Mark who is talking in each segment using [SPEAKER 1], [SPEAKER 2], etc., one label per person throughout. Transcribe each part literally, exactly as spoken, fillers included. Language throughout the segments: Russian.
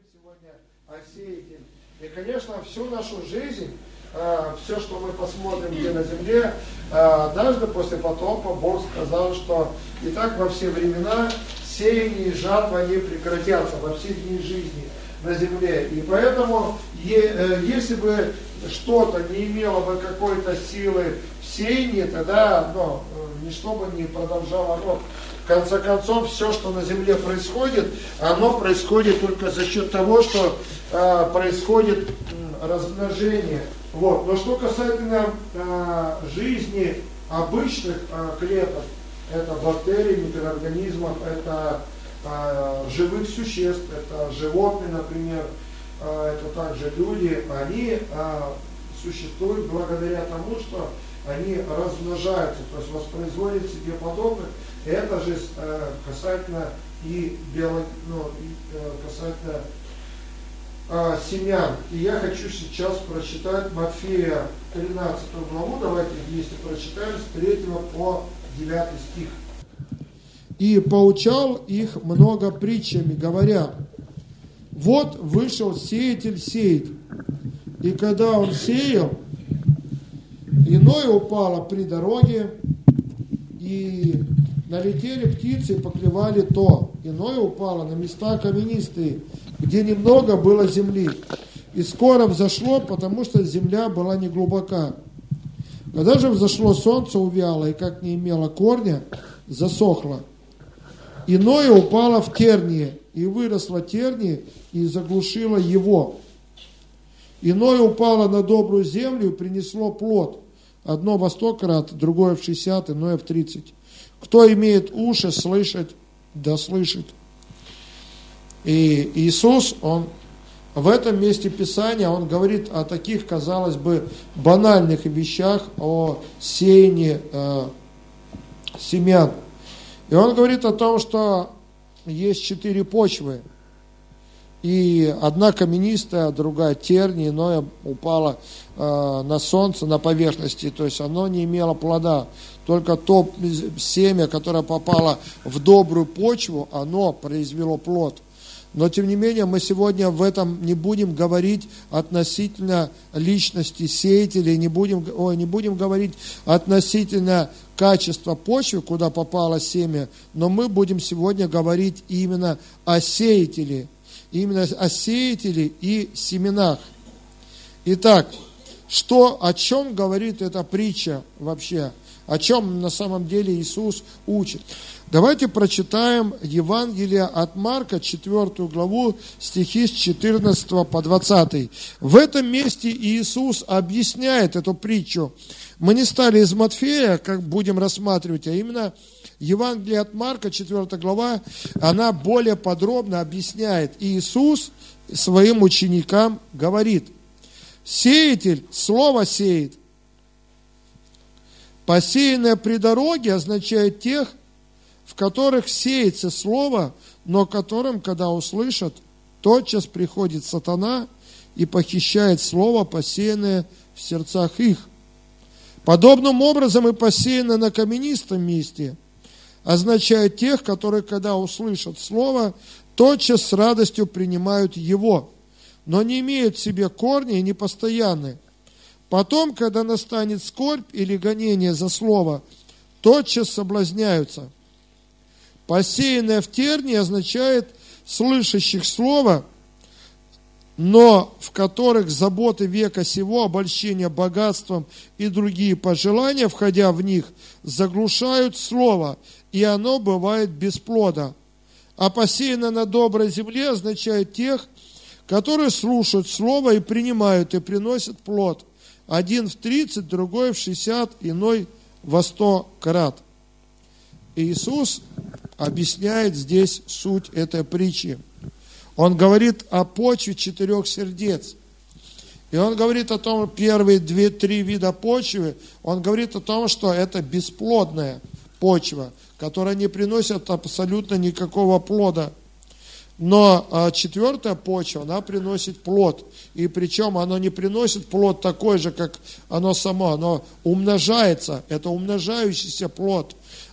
[SPEAKER 1] сегодня о сеятеле. И, конечно, всю нашу жизнь, все, что мы посмотрим где на земле, однажды после потопа Бог сказал, что и так во все времена сеяние и жатва не прекратятся во все дни жизни на земле. И поэтому, если бы что-то не имело бы какой-то силы в сеянии, тогда ну, ничто бы не продолжало род. В конце концов, все, что на земле происходит, оно происходит только за счет того, что э, происходит э, размножение. Вот. Но что касательно э, жизни обычных э, клеток, это бактерий, микроорганизмов, это э, живых существ, это животные, например, э, это также люди, они э, существуют благодаря тому, что они размножаются, то есть воспроизводят себе подобных. Это же э, касательно и биолог... ну, и, э, касательно э, семян. И я хочу сейчас прочитать Матфея тринадцатую главу, давайте вместе прочитаем с третьего по девятый стих.
[SPEAKER 2] «И поучал их много притчами, говоря, вот вышел сеятель сеять, и когда он сеял, иное упало при дороге, и налетели птицы и поклевали то. Иное упало на места каменистые, где немного было земли. И скоро взошло, потому что земля была не глубока. Когда же взошло солнце, увяло, и как не имело корня, засохло. Иное упало в тернии, и выросло тернии, и заглушило его. Иное упало на добрую землю и принесло плод. Одно во сто крат, другое в шестьдесят, иное в тридцать. Кто имеет уши слышать, да слышит. И Иисус, Он в этом месте Писания, Он говорит о таких, казалось бы, банальных вещах, о сеянии э, семян. И Он говорит о том, что есть четыре почвы. И одна каменистая, другая терния, иное упало э, на солнце, на поверхности, то есть оно не имело плода. Только то семя, которое попало в добрую почву, оно произвело плод. Но тем не менее мы сегодня в этом не будем говорить относительно личности сеятелей, не будем, ой, не будем говорить относительно качества почвы, куда попало семя, но мы будем сегодня говорить именно о сеятеле. Именно о сеятеле и семенах. Итак, что, о чем говорит эта притча вообще? О чем на самом деле Иисус учит? Давайте прочитаем Евангелие от Марка, четвёртую главу, стихи с четырнадцатого по двадцатый. В этом месте Иисус объясняет эту притчу. Мы не стали из Матфея, как будем рассматривать, а именно Евангелие от Марка, четвёртая глава, она более подробно объясняет. Иисус своим ученикам говорит: сеятель слово сеет. Посеянное при дороге означает тех, в которых сеется слово, но которым, когда услышат, тотчас приходит сатана и похищает слово, посеянное в сердцах их. Подобным образом и посеянное на каменистом месте означает тех, которые, когда услышат слово, тотчас с радостью принимают его, но не имеют в себе корня и непостоянны. Потом, когда настанет скорбь или гонение за слово, тотчас соблазняются. Посеянное в тернии означает слышащих слово, но в которых заботы века сего, обольщение богатством и другие пожелания, входя в них, заглушают слово, и оно бывает без плода. А посеянное на доброй земле означает тех, которые слушают слово и принимают, и приносят плод. Один в тридцать, другой в шестьдесят, иной во сто крат. Иисус объясняет здесь суть этой притчи. Он говорит о почве четырех сердец. И он говорит о том, первые две-три вида почвы, он говорит о том, что это бесплодная почва, которая не приносит абсолютно никакого плода. Но а, четвертая почва, она приносит плод. И причем оно не приносит плод такой же, как оно само. Оно умножается. Это умножающийся плод.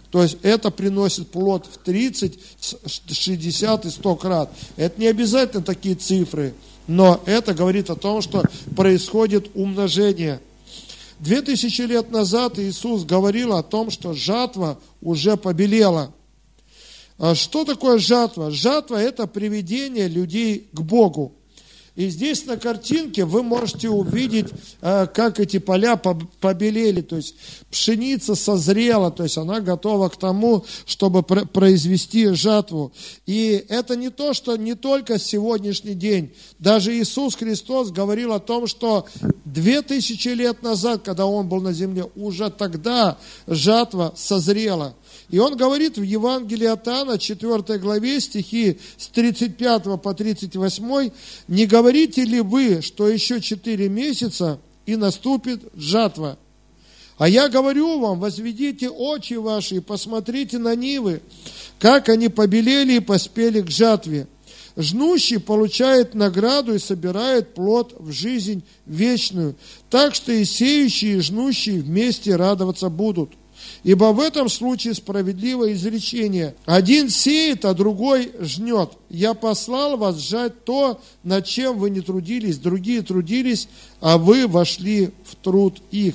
[SPEAKER 2] То есть это приносит плод в тридцать, шестьдесят и сто крат. Это не обязательно такие цифры, но это говорит о том, что происходит умножение. Две тысячи лет назад Иисус говорил о том, что жатва уже побелела. Что такое жатва? Жатва – это приведение людей к Богу. И здесь на картинке вы можете увидеть, как эти поля побелели, то есть пшеница созрела, то есть она готова к тому, чтобы произвести жатву. И это не то, что не только сегодняшний день. Даже Иисус Христос говорил о том, что две тысячи лет назад, когда Он был на земле, уже тогда жатва созрела. И он говорит в Евангелии от Иоанна, четвёртой главе, стихи с тридцать пятого по тридцать восьмой, «Не говорите ли вы, что еще четыре месяца, и наступит жатва? А я говорю вам, возведите очи ваши и посмотрите на нивы, как они побелели и поспели к жатве. Жнущий получает награду и собирает плод в жизнь вечную, так что и сеющие, и жнущие вместе радоваться будут. Ибо в этом случае справедливое изречение: один сеет, а другой жнет. Я послал вас жать то, над чем вы не трудились, другие трудились, а вы вошли в труд их».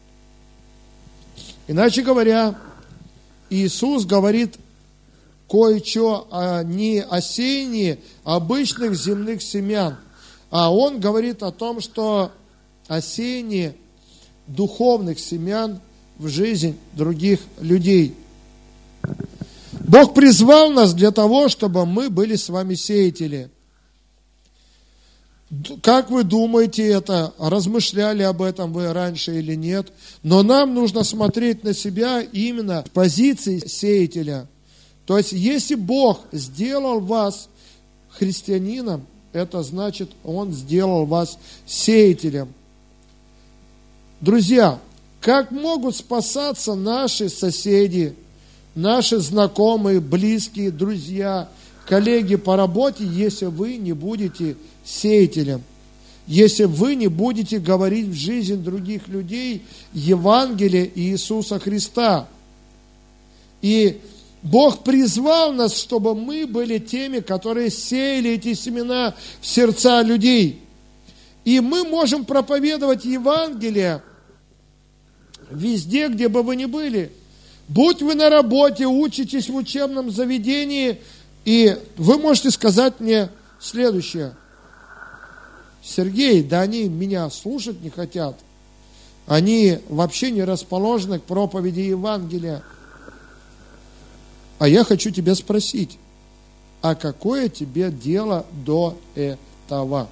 [SPEAKER 2] Иначе говоря, Иисус говорит кое-что о, не о сеянии обычных земных семян, а Он говорит о том, что о сеянии духовных семян в жизнь других людей. Бог призвал нас для того, чтобы мы были с вами сеятели. Как вы думаете это? Размышляли об этом вы раньше или нет? Но нам нужно смотреть на себя именно с позиции сеятеля. То есть, если Бог сделал вас христианином, это значит, Он сделал вас сеятелем. Друзья, как могут спасаться наши соседи, наши знакомые, близкие, друзья, коллеги по работе, если вы не будете сеятелем, если вы не будете говорить в жизнь других людей Евангелие Иисуса Христа? И Бог призвал нас, чтобы мы были теми, которые сеяли эти семена в сердца людей. И мы можем проповедовать Евангелие везде, где бы вы ни были. Будь вы на работе, учитесь в учебном заведении, и вы можете сказать мне следующее: Сергей, да они меня слушать не хотят. Они вообще не расположены к проповеди Евангелия. А я хочу тебя спросить, а какое тебе дело до этого?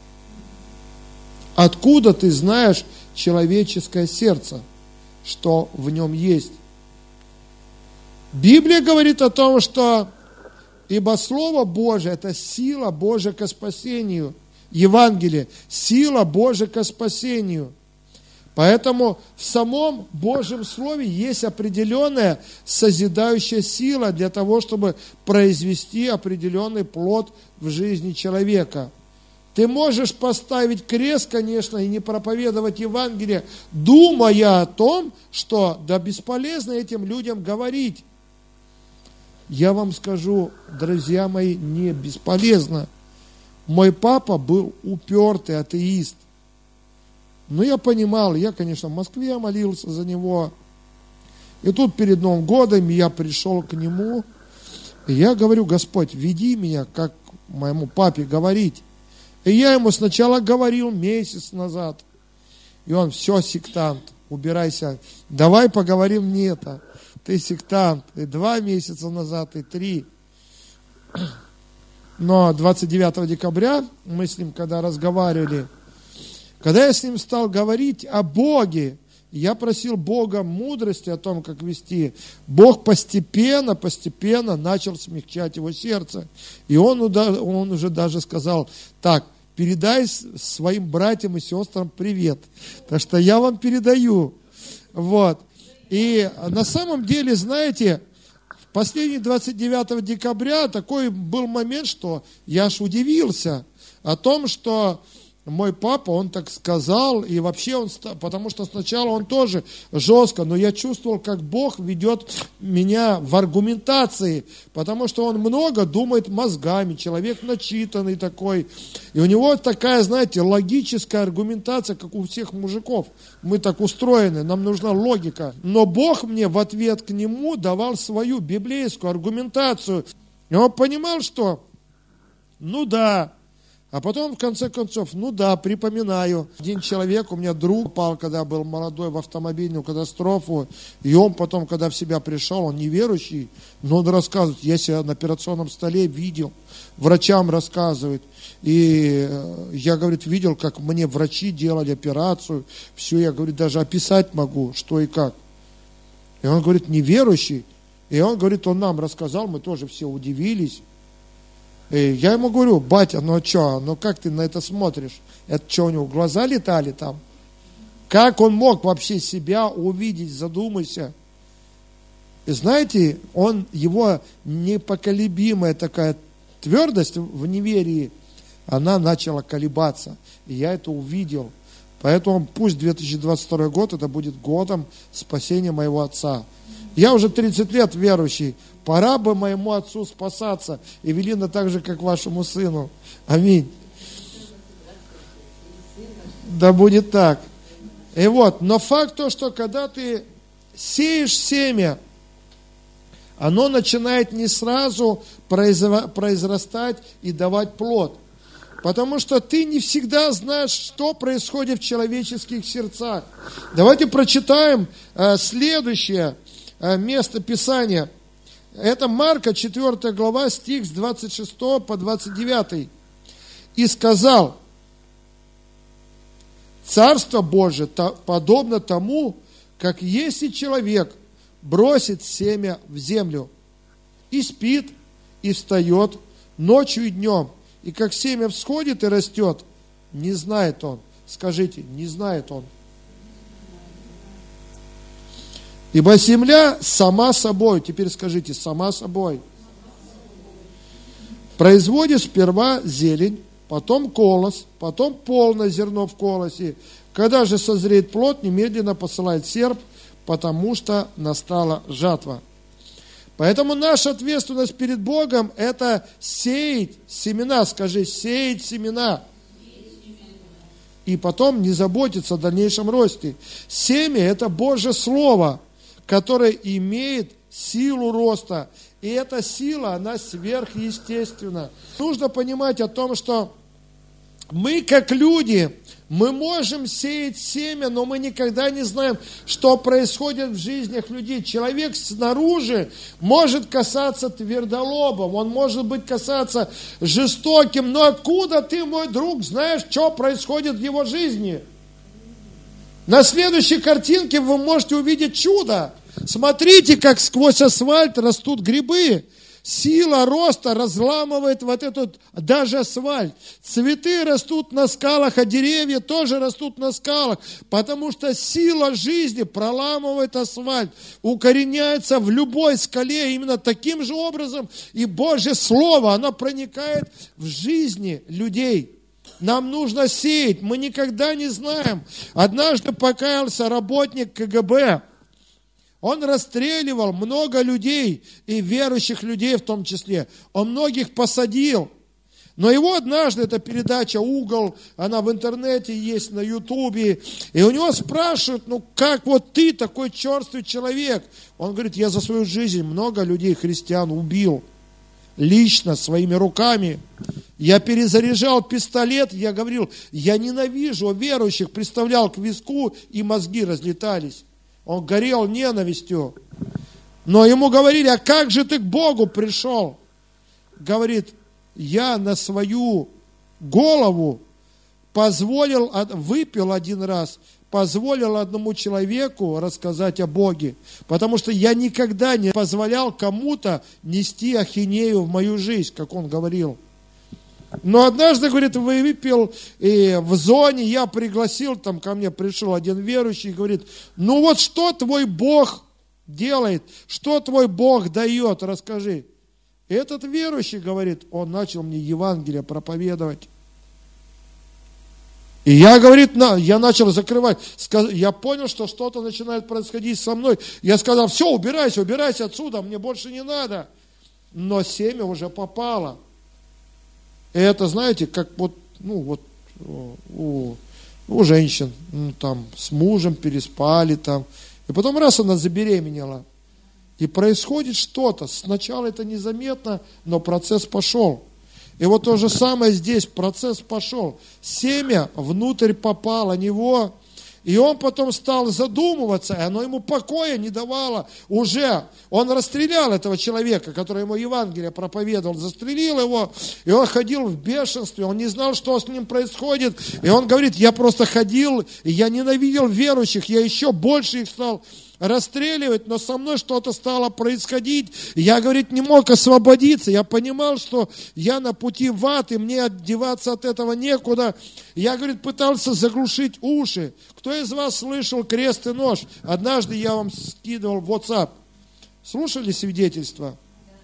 [SPEAKER 2] Откуда ты знаешь человеческое сердце, что в нем есть? Библия говорит о том, что ибо Слово Божие – это сила Божия ко спасению. Евангелие – сила Божия ко спасению. Поэтому в самом Божьем Слове есть определенная созидающая сила для того, чтобы произвести определенный плод в жизни человека. Ты можешь поставить крест, конечно, и не проповедовать Евангелие, думая о том, что да бесполезно этим людям говорить. Я вам скажу, друзья мои, не бесполезно. Мой папа был упертый атеист. Но я понимал, я, конечно, в Москве молился за него. И тут перед Новым годом я пришел к нему, и я говорю: Господь, веди меня, как моему папе говорить. И я ему сначала говорил месяц назад, и он: все, сектант, убирайся, давай поговорим не это, ты сектант. И два месяца назад, и три. Но двадцать девятого декабря мы с ним, когда разговаривали, когда я с ним стал говорить о Боге, я просил Бога мудрости о том, как вести. Бог постепенно, постепенно начал смягчать его сердце. И он, он уже даже сказал: так, передай своим братьям и сестрам привет, потому что я вам передаю. Вот. И на самом деле, знаете, в последний двадцать девятого декабря такой был момент, что я аж удивился о том, что мой папа, он так сказал, и вообще он, потому что сначала он тоже жестко, но я чувствовал, как Бог ведет меня в аргументации, потому что он много думает мозгами, человек начитанный такой, и у него такая, знаете, логическая аргументация, как у всех мужиков. Мы так устроены, нам нужна логика. Но Бог мне в ответ к нему давал свою библейскую аргументацию. И он понимал, что, ну да, а потом, в конце концов, ну да, припоминаю. Один человек, у меня друг попал, когда был молодой, в автомобильную катастрофу. И он потом, когда в себя пришел, он неверующий, но он рассказывает, я себя на операционном столе видел, врачам рассказывает. И я, говорит, видел, как мне врачи делали операцию. Все, я, говорит, даже описать могу, что и как. И он, говорит, неверующий. И он, говорит, он нам рассказал, мы тоже все удивились. И я ему говорю, батя, ну что, ну как ты на это смотришь? Это что, у него глаза летали там? Как он мог вообще себя увидеть, задумайся. И знаете, он, его непоколебимая такая твердость в неверии, она начала колебаться. И я это увидел. Поэтому пусть две тысячи двадцать второй год, это будет годом спасения моего отца. Я уже тридцать лет верующий. Пора бы моему отцу спасаться. Эвелина так же, как вашему сыну. Аминь. Да будет так. И вот, но факт то, что когда ты сеешь семя, оно начинает не сразу произрастать и давать плод. Потому что ты не всегда знаешь, что происходит в человеческих сердцах. Давайте прочитаем э, следующее э, место Писания. Это Марка, четвёртая глава, стих с двадцать шестого по двадцать девятый. «И сказал, Царство Божие подобно тому, как если человек бросит семя в землю, и спит, и встает ночью и днем, и как семя всходит и растет, не знает он». Скажите, не знает он. Ибо земля сама собой, теперь скажите, сама собой, производит сперва зелень, потом колос, потом полное зерно в колосе. Когда же созреет плод, немедленно посылает серп, потому что настала жатва. Поэтому наша ответственность перед Богом – это сеять семена, скажи, сеять семена. И потом не заботиться о дальнейшем росте. Семя – это Божье Слово, которое имеет силу роста. И эта сила, она сверхъестественна. Нужно понимать о том, что мы, как люди, мы можем сеять семя, но мы никогда не знаем, что происходит в жизнях людей. Человек снаружи может касаться твердолобым, он может быть касаться жестоким, но откуда ты, мой друг, знаешь, что происходит в его жизни? На следующей картинке вы можете увидеть чудо. Смотрите, как сквозь асфальт растут грибы. Сила роста разламывает вот этот даже асфальт. Цветы растут на скалах, а деревья тоже растут на скалах, потому что сила жизни проламывает асфальт, укореняется в любой скале. Именно таким же образом и Божье Слово, оно проникает в жизни людей. Нам нужно сеять, мы никогда не знаем. Однажды покаялся работник ка гэ бэ. Он расстреливал много людей, и верующих людей в том числе. Он многих посадил. Но его однажды, эта передача «Угол», она в интернете есть, на ютубе, и у него спрашивают, ну как вот ты такой черствый человек? Он говорит, я за свою жизнь много людей, христиан, убил. Лично, своими руками. Я перезаряжал пистолет, я говорил, я ненавижу верующих, приставлял к виску, и мозги разлетались. Он горел ненавистью. Но ему говорили, а как же ты к Богу пришел? Говорит, я на свою голову позволил, выпил один раз, позволил одному человеку рассказать о Боге, потому что я никогда не позволял кому-то нести ахинею в мою жизнь, как он говорил. Но однажды, говорит, выпил, и в зоне я пригласил, там ко мне пришел один верующий, и говорит, ну вот что твой Бог делает, что твой Бог дает, расскажи. И этот верующий, говорит, он начал мне Евангелие проповедовать. И я, говорит, на, я начал закрывать. Сказ, я понял, что что-то начинает происходить со мной. Я сказал, все, убирайся, убирайся отсюда, мне больше не надо. Но семя уже попало. И это, знаете, как вот, ну, вот у, у женщин, ну, там, с мужем переспали там. И потом раз она забеременела. И происходит что-то. Сначала это незаметно, но процесс пошел. И вот то же самое здесь, процесс пошел. Семя внутрь попало него, и он потом стал задумываться, и оно ему покоя не давало уже. Он расстрелял этого человека, который ему Евангелие проповедовал, застрелил его, и он ходил в бешенстве, он не знал, что с ним происходит. И он говорит, я просто ходил, и я ненавидел верующих, я еще больше их стал расстреливать, но со мной что-то стало происходить. Я, говорит, не мог освободиться. Я понимал, что я на пути в ад, и мне отдеваться от этого некуда. Я, говорит, пытался заглушить уши. Кто из вас слышал крест и нож? Однажды я вам скидывал в WhatsApp. Слушали свидетельство?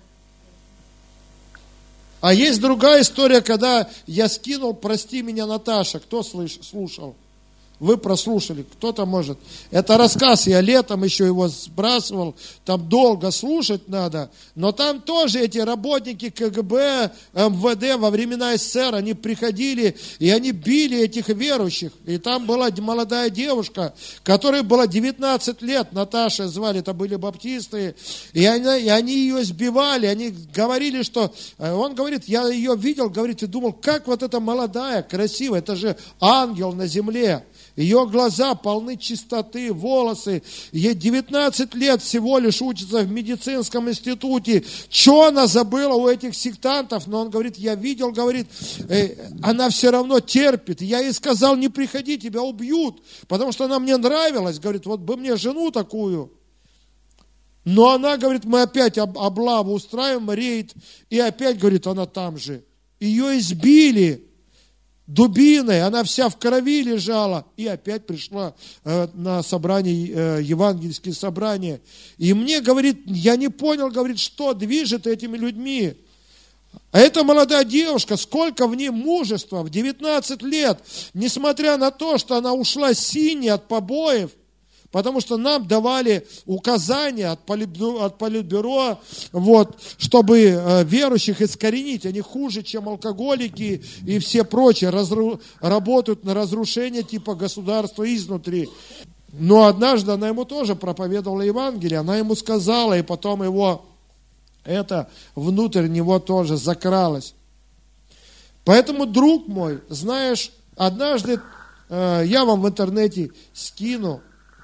[SPEAKER 2] А есть другая история, когда я скинул «Прости меня, Наташа». Кто слыш, слушал? Вы прослушали, кто-то может. Это рассказ, я летом еще его сбрасывал, там долго слушать надо, но там тоже эти работники КГБ, МВД во времена СССР, они приходили, и они били этих верующих. И там была молодая девушка, которой было девятнадцать лет, Наташа звали, это были баптисты, и они, и они ее избивали, они говорили, что, он говорит, я ее видел, говорит, и думал, как вот эта молодая, красивая, это же ангел на земле. Ее глаза полны чистоты, волосы. Ей девятнадцать лет всего лишь учится в медицинском институте. Что она забыла у этих сектантов? Но он говорит, я видел, говорит, она все равно терпит. Я ей сказал, не приходи, тебя убьют. Потому что она мне нравилась. Говорит, вот бы мне жену такую. Но она, говорит, мы опять облаву устраиваем, рейд. И опять, говорит, она там же. Ее избили дубиной, она вся в крови лежала, и опять пришла э, на собрание, э, евангельские собрания. И мне, говорит, я не понял, говорит, что движет этими людьми. А эта молодая девушка, сколько в ней мужества, в девятнадцать лет, несмотря на то, что она ушла синяя от побоев, потому что нам давали указания от политбюро, от политбюро вот, чтобы э, верующих искоренить. Они хуже, чем алкоголики и все прочие, разру, работают на разрушение типа государства изнутри. Но однажды она ему тоже проповедовала Евангелие, она ему сказала, и потом его это внутрь него тоже закралось. Поэтому, друг мой, знаешь, однажды э, я вам в интернете скину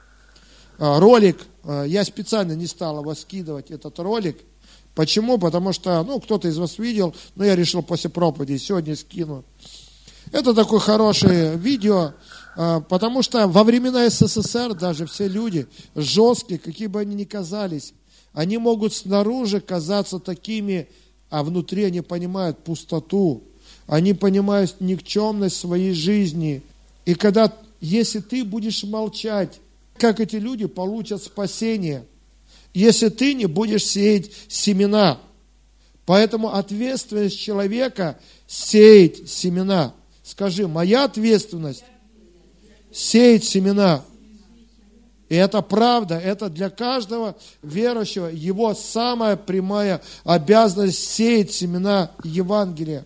[SPEAKER 2] ролик, я специально не стал его скидывать, этот ролик. Почему? Потому что, ну, кто-то из вас видел, но я решил после проповеди сегодня скину. Это такое хорошее видео, потому что во времена СССР даже все люди жесткие, какие бы они ни казались, они могут снаружи казаться такими, а внутри они понимают пустоту, они понимают никчемность своей жизни. И когда, если ты будешь молчать, как эти люди получат спасение, если ты не будешь сеять семена. Поэтому ответственность человека сеять семена. Скажи, моя ответственность сеять семена. И это правда, это для каждого верующего его самая прямая обязанность сеять семена Евангелия.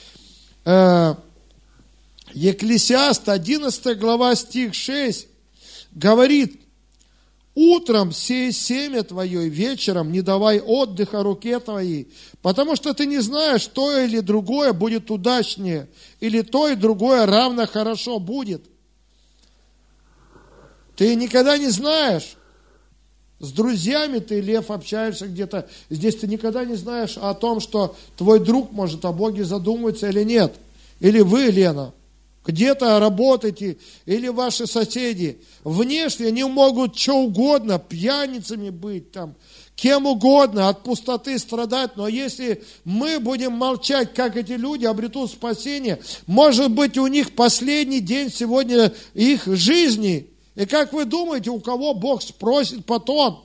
[SPEAKER 2] Екклесиаст, одиннадцатая глава, стих шесть. Говорит, утром сей семя твое, и вечером не давай отдыха руке твоей, потому что ты не знаешь, то или другое будет удачнее, или то и другое равно хорошо будет. Ты никогда не знаешь, с друзьями ты, Лев, общаешься где-то, здесь ты никогда не знаешь о том, что твой друг может о Боге задумываться или нет, или вы, Лена. Где-то работаете, или ваши соседи. Внешне они могут что угодно, пьяницами быть, там, кем угодно, от пустоты страдать. Но если мы будем молчать, как эти люди обретут спасение, может быть, у них последний день сегодня их жизни. И как вы думаете, у кого Бог спросит потом?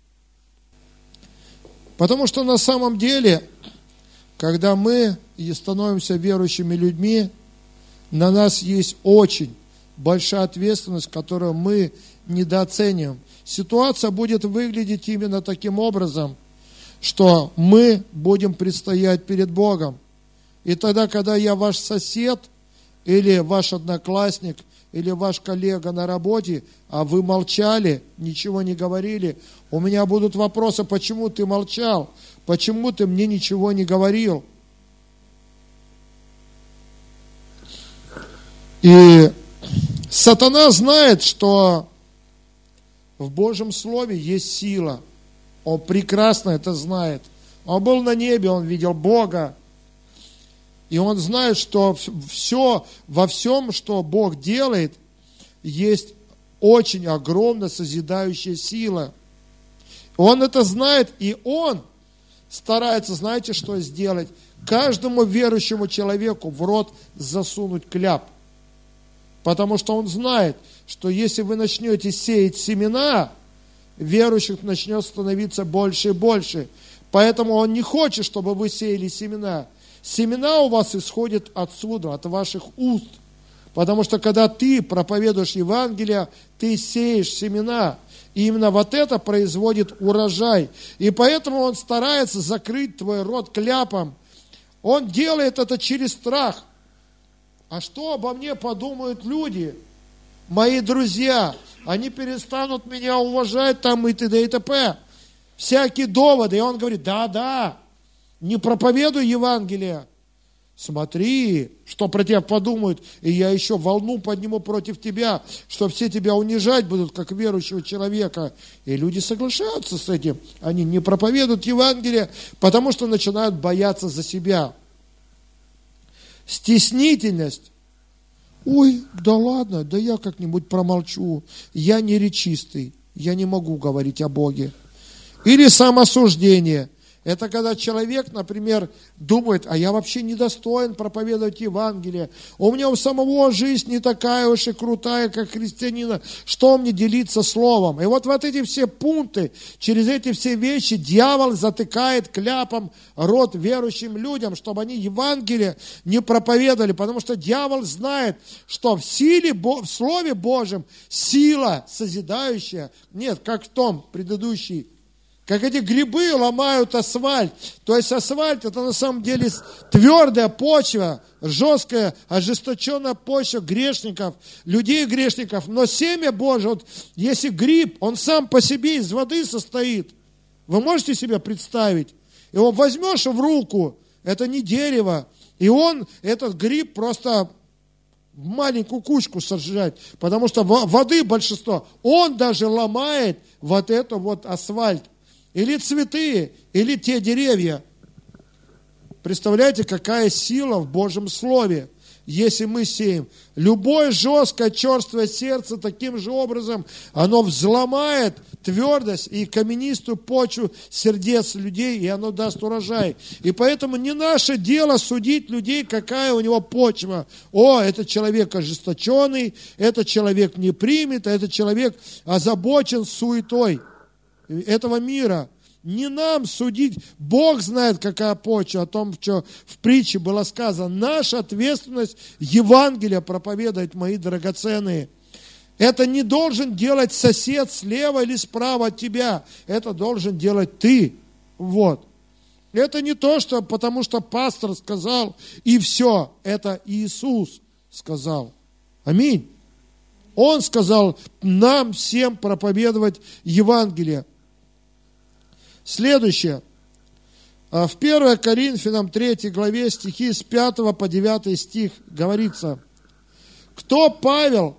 [SPEAKER 2] Потому что на самом деле, когда мы становимся верующими людьми, на нас есть очень большая ответственность, которую мы недооцениваем. Ситуация будет выглядеть именно таким образом, что мы будем предстоять перед Богом. И тогда, когда я ваш сосед, или ваш одноклассник, или ваш коллега на работе, а вы молчали, ничего не говорили, у меня будут вопросы, почему ты молчал, почему ты мне ничего не говорил. И сатана знает, что в Божьем Слове есть сила. Он прекрасно это знает. Он был на небе, он видел Бога. И он знает, что все, во всем, что Бог делает, есть очень огромная созидающая сила. Он это знает, и он старается, знаете, что сделать? Каждому верующему человеку в рот засунуть кляп. Потому что он знает, что если вы начнете сеять семена, верующих начнет становиться больше и больше. Поэтому он не хочет, чтобы вы сеяли семена. Семена у вас исходят отсюда, от ваших уст. Потому что когда ты проповедуешь Евангелие, ты сеешь семена. И именно вот это производит урожай. И поэтому он старается закрыть твой рот кляпом. Он делает это через страх. А что обо мне подумают люди, мои друзья? Они перестанут меня уважать там и т.д. и т.п. Всякие доводы. И он говорит, да-да, не проповедуй Евангелие. Смотри, что про тебя подумают, и я еще волну подниму против тебя, что все тебя унижать будут, как верующего человека. И люди соглашаются с этим. Они не проповедуют Евангелие, потому что начинают бояться за себя. Стеснительность. Ой, да ладно, да я как-нибудь промолчу. Я не речистый, я не могу говорить о Боге. Или самоосуждение. Это когда человек, например, думает, а я вообще недостоин проповедовать Евангелие. У меня у самого жизнь не такая уж и крутая, как христианина. Что мне делиться словом? И вот вот эти все пункты, через эти все вещи дьявол затыкает кляпом рот верующим людям, чтобы они Евангелие не проповедовали. Потому что дьявол знает, что в силе, в Слове Божьем сила созидающая. Нет, как в том предыдущий. Как эти грибы ломают асфальт. То есть асфальт это на самом деле твердая почва, жесткая, ожесточенная почва грешников, людей грешников. Но семя Божие, вот, если гриб, он сам по себе из воды состоит. Вы можете себе представить? Его возьмешь в руку, это не дерево. И он, этот гриб просто в маленькую кучку сожрать. Потому что воды большинство. Он даже ломает вот это вот асфальт. Или цветы, или те деревья. Представляете, какая сила в Божьем Слове, если мы сеем. Любое жесткое, черствое сердце таким же образом, оно взломает твердость и каменистую почву сердец людей, и оно даст урожай. И поэтому не наше дело судить людей, какая у него почва. О, этот человек ожесточенный, этот человек не примет, а этот человек озабочен суетой этого мира. Не нам судить. Бог знает, какая почва, о том, что в притче было сказано. Наша ответственность Евангелие проповедовать, мои драгоценные. Это не должен делать сосед слева или справа от тебя. Это должен делать ты. Вот. Это не то, что потому что пастор сказал, и все. Это Иисус сказал. Аминь. Он сказал нам всем проповедовать Евангелие. Следующее. В первое Коринфянам третьей главе стихи с пятого по девятый стих говорится: кто Павел,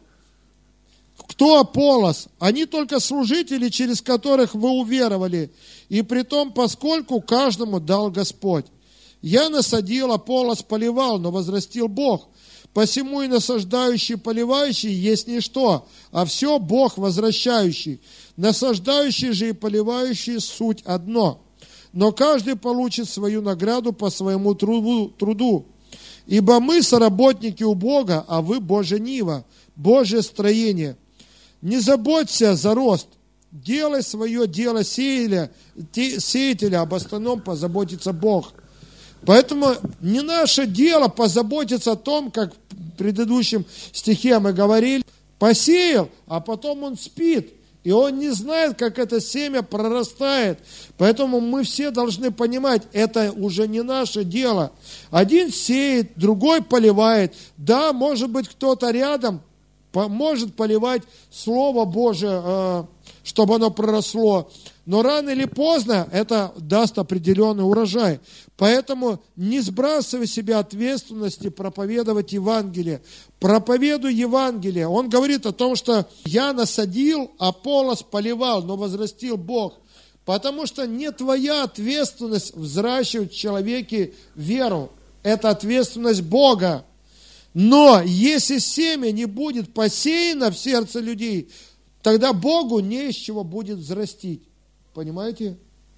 [SPEAKER 2] кто Аполлос, они только служители, через которых вы уверовали, и притом, поскольку каждому дал Господь. Я насадил, Аполлос поливал, но возрастил Бог. Посему и насаждающий, поливающий есть ничто, а все Бог возвращающий. Насаждающий же и поливающий суть одно. Но каждый получит свою награду по своему труду. Ибо мы соработники у Бога, а вы Божья нива, Божье строение. Не заботься за рост. Делай свое дело сеятеля, сеятеля, об остальном позаботится Бог. Поэтому не наше дело позаботиться о том, как предыдущем стихе мы говорили, посеял, а потом он спит. И он не знает, как это семя прорастает. Поэтому мы все должны понимать, это уже не наше дело. Один сеет, другой поливает. Да, может быть, кто-то рядом может поливать Слово Божие, чтобы оно проросло. Но рано или поздно это даст определенный урожай. Поэтому не сбрасывай с себя ответственности проповедовать Евангелие. Проповедуй Евангелие. Он говорит о том, что я насадил, Аполлос поливал, но возрастил Бог. Потому что не твоя ответственность взращивать в человеке веру. Это ответственность Бога. Но если семя не будет посеяно в сердце людей, тогда Богу не из чего будет взрастить. Понимаете?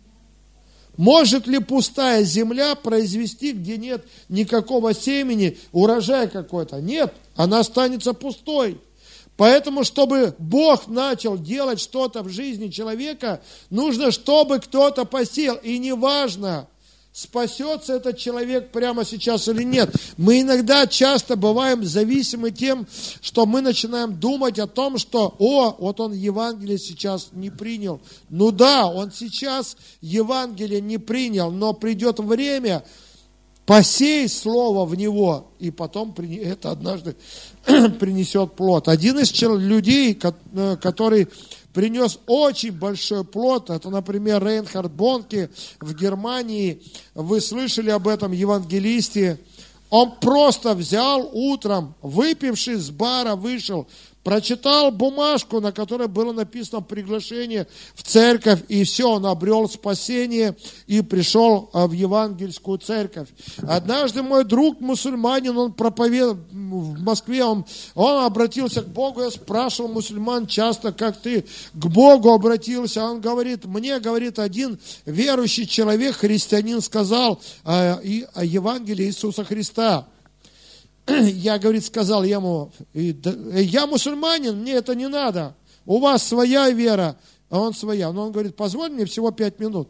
[SPEAKER 2] Может ли пустая земля произвести, где нет никакого семени, урожай какой-то? Нет, она останется пустой. Поэтому, чтобы Бог начал делать что-то в жизни человека, нужно, чтобы кто-то посеял. И неважно, спасется этот человек прямо сейчас или нет. Мы иногда часто бываем зависимы тем, что мы начинаем думать о том, что, о, вот он Евангелие сейчас не принял. Ну да, он сейчас Евангелие не принял, но придет время, посей слово в него, и потом это однажды принесет плод. Один из людей, который принес очень большой плод, это, например, Рейнхард Бонке в Германии, вы слышали об этом евангелисте, он просто взял утром, выпивший с бара, вышел, прочитал бумажку, на которой было написано приглашение в церковь, и все, он обрел спасение и пришел в евангельскую церковь. Однажды мой друг мусульманин, он проповедовал в Москве, он, он обратился к Богу, я спрашивал мусульман часто, как ты к Богу обратился, он говорит, мне, говорит, один верующий человек, христианин, сказал о, о Евангелии Иисуса Христа. Я, говорит, сказал ему, я мусульманин, мне это не надо, у вас своя вера, а он своя. Но он говорит, позволь мне всего пять минут.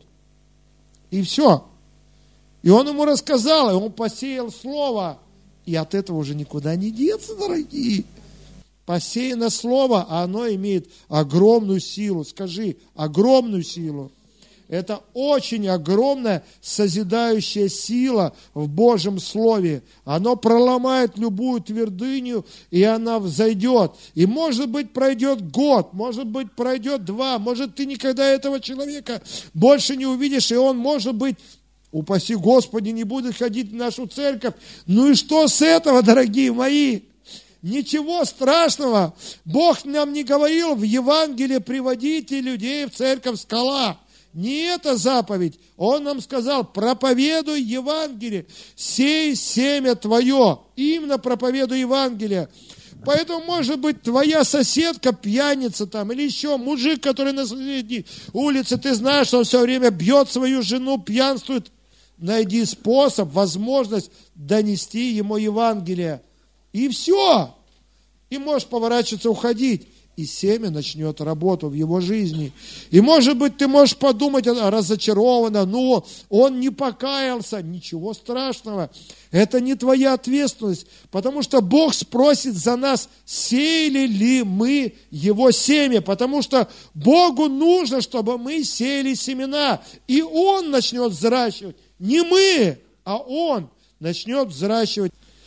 [SPEAKER 2] И все. И он ему рассказал, и он посеял слово, и от этого уже никуда не деться, дорогие. Посеяно слово, а оно имеет огромную силу. Скажи, огромную силу. Это очень огромная созидающая сила в Божьем Слове. Оно проломает любую твердыню, и она взойдет. И, может быть, пройдет год, может быть, пройдет два, может, ты никогда этого человека больше не увидишь, и он, может быть, упаси Господи, не будет ходить в нашу церковь. Ну и что с этого, дорогие мои? Ничего страшного. Бог нам не говорил в Евангелии: приводите людей в церковь Скала. Не эта заповедь. Он нам сказал: проповедуй Евангелие, сей семя твое. Именно проповедуй Евангелие. Поэтому, может быть, твоя соседка пьяница там, или еще мужик, который на соседней улице, ты знаешь, что он все время бьет свою жену, пьянствует. Найди способ, возможность донести ему Евангелие. И все. И можешь поворачиваться, уходить. И семя начнет работу в его жизни. И, может быть, ты можешь подумать, разочарованно, ну, он не покаялся. Ничего страшного. Это не твоя ответственность. Потому что Бог спросит за нас, сеяли ли мы его семя. Потому что Богу нужно, чтобы мы сеяли семена. И Он начнет взращивать. Не мы, а Он начнет взращивать.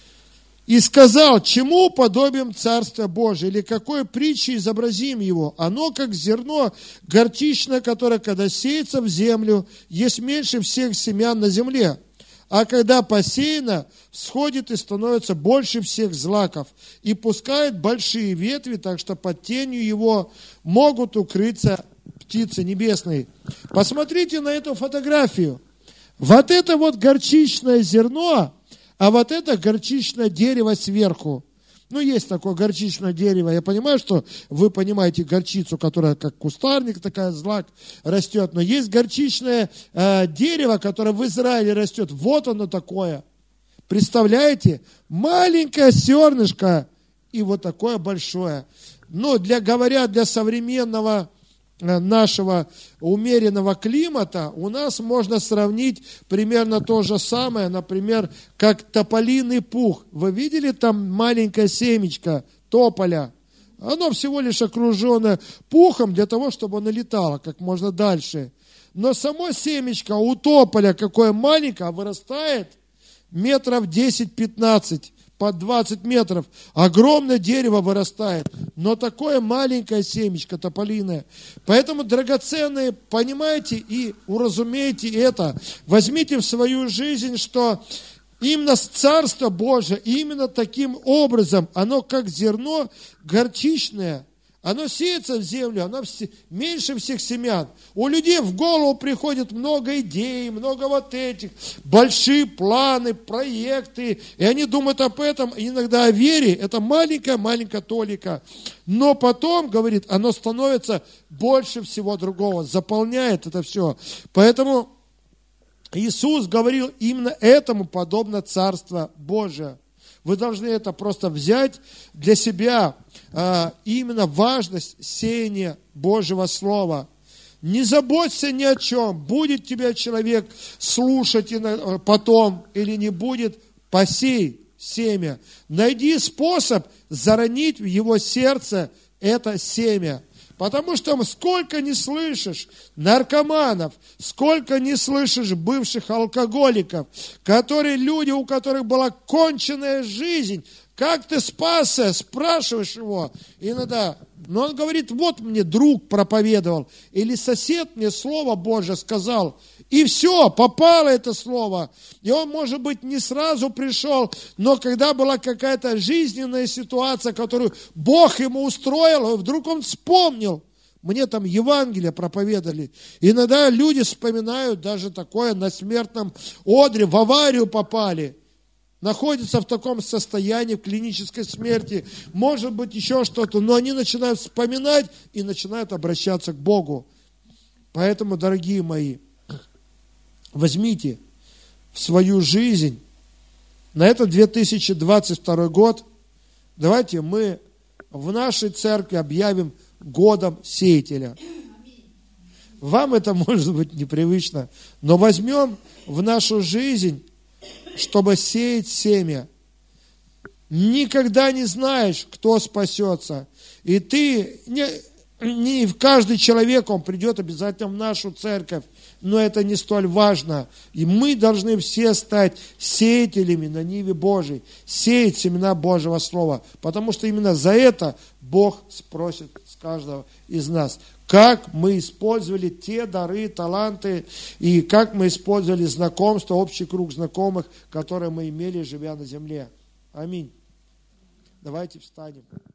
[SPEAKER 2] И сказал: чему подобим Царство Божие, или какой притчей изобразим его? Оно как зерно горчичное, которое, когда сеется в землю, есть меньше всех семян на земле. А когда посеяно, всходит и становится больше всех злаков, и пускает большие ветви, так что под тенью его могут укрыться птицы небесные. Посмотрите на эту фотографию. Вот это вот горчичное зерно, а вот это горчичное дерево сверху. Ну, есть такое горчичное дерево. Я понимаю, что вы понимаете горчицу, которая как кустарник, такая злак растет. Но есть горчичное э, дерево, которое в Израиле растет. Вот оно такое. Представляете? Маленькое зернышко и вот такое большое. Ну, для, говоря для современного нашего умеренного климата, у нас можно сравнить примерно то же самое, например, как тополиный пух. Вы видели там маленькое семечко тополя? Оно всего лишь окружено пухом для того, чтобы оно летало как можно дальше. Но само семечко у тополя, какое маленькое, вырастает метров десять-пятнадцать, под двадцать метров. Огромное дерево вырастает, но такое маленькое семечко тополиное. Поэтому, драгоценные, понимаете и уразумейте это. Возьмите в свою жизнь, что именно Царство Божие, именно таким образом, оно как зерно горчичное, оно сеется в землю, оно меньше всех семян. У людей в голову приходит много идей, много вот этих, большие планы, проекты, и они думают об этом, иногда о вере, это маленькая-маленькая толика. Но потом, говорит, оно становится больше всего другого, заполняет это все. Поэтому Иисус говорил, именно этому подобно Царство Божие. Вы должны это просто взять для себя, а, именно важность сеяния Божьего Слова. Не заботься ни о чем, будет тебя человек слушать потом или не будет, посей семя. Найди способ заронить в его сердце это семя. Потому что сколько не слышишь наркоманов, сколько не слышишь бывших алкоголиков, которые люди, у которых была конченная жизнь, как ты спасся, спрашиваешь его иногда. Но он говорит, вот мне друг проповедовал, или сосед мне Слово Божие сказал, и все, попало это Слово. И он, может быть, не сразу пришел, но когда была какая-то жизненная ситуация, которую Бог ему устроил, вдруг он вспомнил. Мне там Евангелие проповедовали. Иногда люди вспоминают даже такое, на смертном одре, в аварию попали. Находятся в таком состоянии, в клинической смерти, может быть еще что-то, но они начинают вспоминать и начинают обращаться к Богу. Поэтому, дорогие мои, возьмите в свою жизнь, на этот две тысячи двадцать второй год, давайте мы в нашей церкви объявим годом сеятеля. Вам это может быть непривычно, но возьмем в нашу жизнь, чтобы сеять семя. Никогда не знаешь, кто спасется. И ты, не, не каждый человек, он придет обязательно в нашу церковь, но это не столь важно. И мы должны все стать сеятелями на ниве Божией, сеять семена Божьего Слова, потому что именно за это Бог спросит с каждого из нас. Как мы использовали те дары, таланты, и как мы использовали знакомство, общий круг знакомых, которые мы имели, живя на земле. Аминь. Давайте встанем.